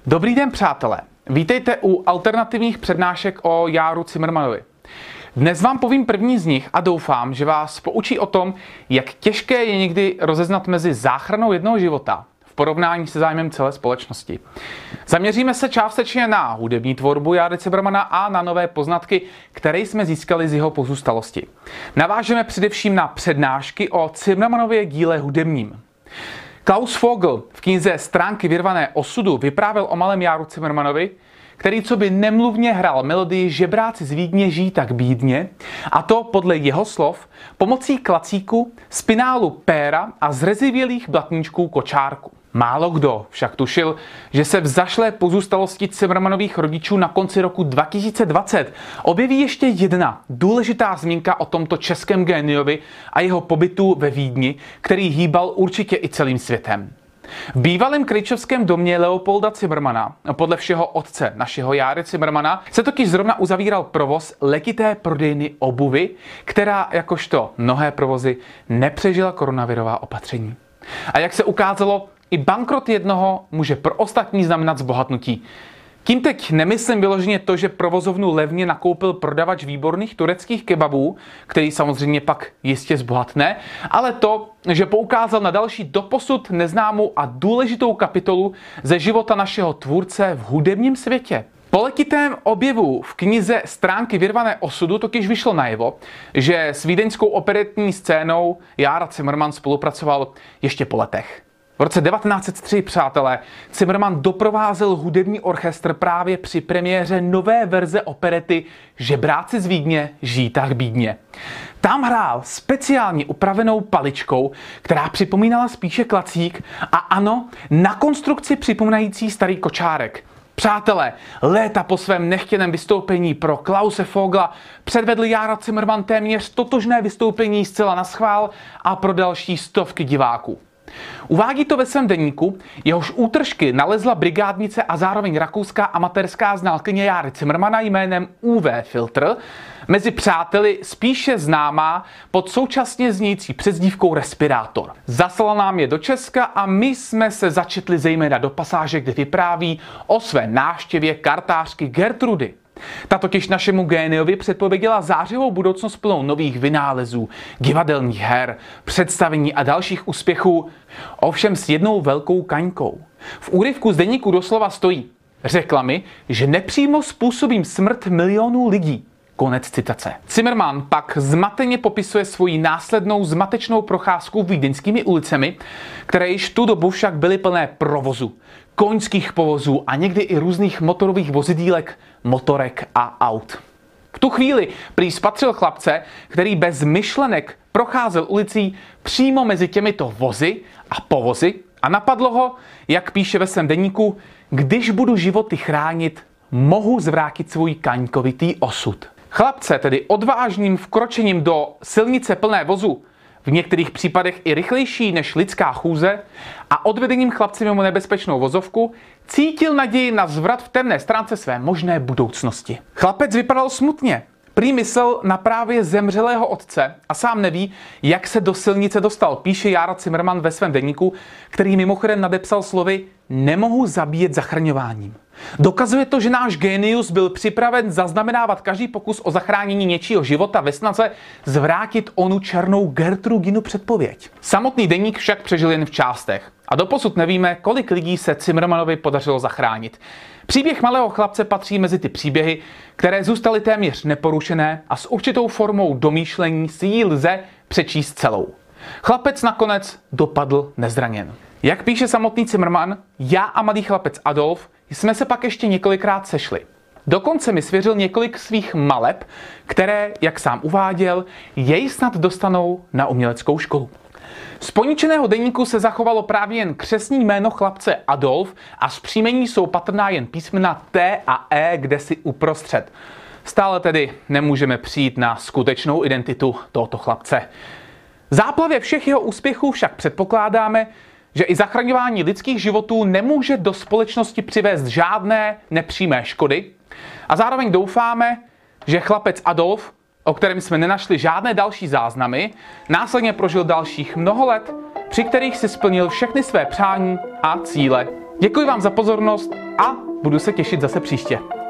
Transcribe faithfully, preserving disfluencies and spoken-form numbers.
Dobrý den, přátelé. Vítejte u alternativních přednášek o Járu Cimrmanovi. Dnes vám povím první z nich a doufám, že vás poučí o tom, jak těžké je někdy rozeznat mezi záchranou jednoho života v porovnání se zájmem celé společnosti. Zaměříme se částečně na hudební tvorbu Járy Cimrmana a na nové poznatky, které jsme získali z jeho pozůstalosti. Navážeme především na přednášky o Cimrmanově díle hudebním. Klaus Vogel v knize Stránky vyrvané osudu vyprávěl o malém Járu Cimrmanovi, který co by nemluvně hrál melodii Žebráci z Vídně žijí tak bídně, a to podle jeho slov pomocí klacíku, spinálu péra a zrezivělých blatníčků kočárku. Málo kdo však tušil, že se v zašlé pozůstalosti Cimrmanových rodičů na konci roku dva tisíce dvacet objeví ještě jedna důležitá zmínka o tomto českém géniovi a jeho pobytu ve Vídni, který hýbal určitě i celým světem. V bývalém kryčovském domě Leopolda Cimrmana, podle všeho otce našeho Járy Cimrmana, se totiž zrovna uzavíral provoz letité prodejny obuvy, která jakožto mnohé provozy nepřežila koronavirová opatření. A jak se ukázalo, i bankrot jednoho může pro ostatní znamenat zbohatnutí. Tím teď nemyslím vyloženě to, že provozovnu levně nakoupil prodavač výborných tureckých kebabů, který samozřejmě pak jistě zbohatne, ale to, že poukázal na další doposud neznámou a důležitou kapitolu ze života našeho tvůrce v hudebním světě. Po letitém objevu v knize Stránky vyrvané osudu totiž vyšlo najevo, že s vídeňskou operetní scénou Jára Cimrman spolupracoval ještě po letech. V roce devatenáct set tři, přátelé, Cimrman doprovázel hudební orchestr právě při premiéře nové verze operety Žebráci z Vídně žijí tak bídně. Tam hrál speciálně upravenou paličkou, která připomínala spíše klacík a ano, na konstrukci připomínající starý kočárek. Přátelé, léta po svém nechtěném vystoupení pro Klause Vogla předvedl Jára Cimrman téměř totožné vystoupení zcela naschvál a pro další stovky diváků. Uvádí to ve svém deníku, jehož útržky nalezla brigádnice a zároveň rakouská amatérská znalkyně Járy Cimrmana jménem U V Filtr, mezi přáteli spíše známá pod současně znějící přezdívkou Respirátor. Zaslala nám je do Česka a my jsme se začetli zejména do pasáže, kde vypráví o své návštěvě kartářky Gertrudy. Ta totiž našemu géniovi předpověděla zářivou budoucnost plnou nových vynálezů, divadelních her, představení a dalších úspěchů, ovšem s jednou velkou kaňkou. V úryvku z deníku doslova stojí: řekla mi, že nepřímo způsobím smrt milionů lidí. Konec citace. Cimrman pak zmateně popisuje svoji následnou zmatečnou procházku vídeňskými ulicemi, které již tu dobu však byly plné provozu, koňských povozů a někdy i různých motorových vozidílek, motorek a aut. V tu chvíli prý spatřil chlapce, který bez myšlenek procházel ulicí přímo mezi těmito vozy a povozy a napadlo ho, jak píše ve svém deníku: když budu životy chránit, mohu zvrátit svůj kaňkovitý osud. Chlapce tedy odvážným vkročením do silnice plné vozu, v některých případech i rychlejší než lidská chůze, a odvedením chlapce mimo nebezpečnou vozovku cítil naději na zvrat v temné stránce své možné budoucnosti. Chlapec vypadal smutně. Prý myslel na právě zemřelého otce a sám neví, jak se do silnice dostal, píše Jára Cimrman ve svém deníku, který mimochodem nadepsal slovy: nemohu zabíjet zachraňováním. Dokazuje to, že náš génius byl připraven zaznamenávat každý pokus o zachránění něčího života ve snaze zvrátit onu černou Gertrudinu předpověď. Samotný deník však přežil jen v částech a doposud nevíme, kolik lidí se Cimrmanovi podařilo zachránit. Příběh malého chlapce patří mezi ty příběhy, které zůstaly téměř neporušené a s určitou formou domýšlení si ji lze přečíst celou. Chlapec nakonec dopadl nezraněn. Jak píše samotný Cimrman, já a malý chlapec Adolf jsme se pak ještě několikrát sešli. Dokonce mi svěřil několik svých maleb, které, jak sám uváděl, jej snad dostanou na uměleckou školu. Z poničeného deníku se zachovalo právě jen křestní jméno chlapce Adolf a z příjmení jsou patrná jen písmena T a E kdesi uprostřed. Stále tedy nemůžeme přijít na skutečnou identitu tohoto chlapce. Záplavě všech jeho úspěchů však předpokládáme, že i zachraňování lidských životů nemůže do společnosti přivést žádné nepřímé škody, a zároveň doufáme, že chlapec Adolf, o kterém jsme nenašli žádné další záznamy, následně prožil dalších mnoho let, při kterých si splnil všechny své přání a cíle. Děkuji vám za pozornost a budu se těšit zase příště.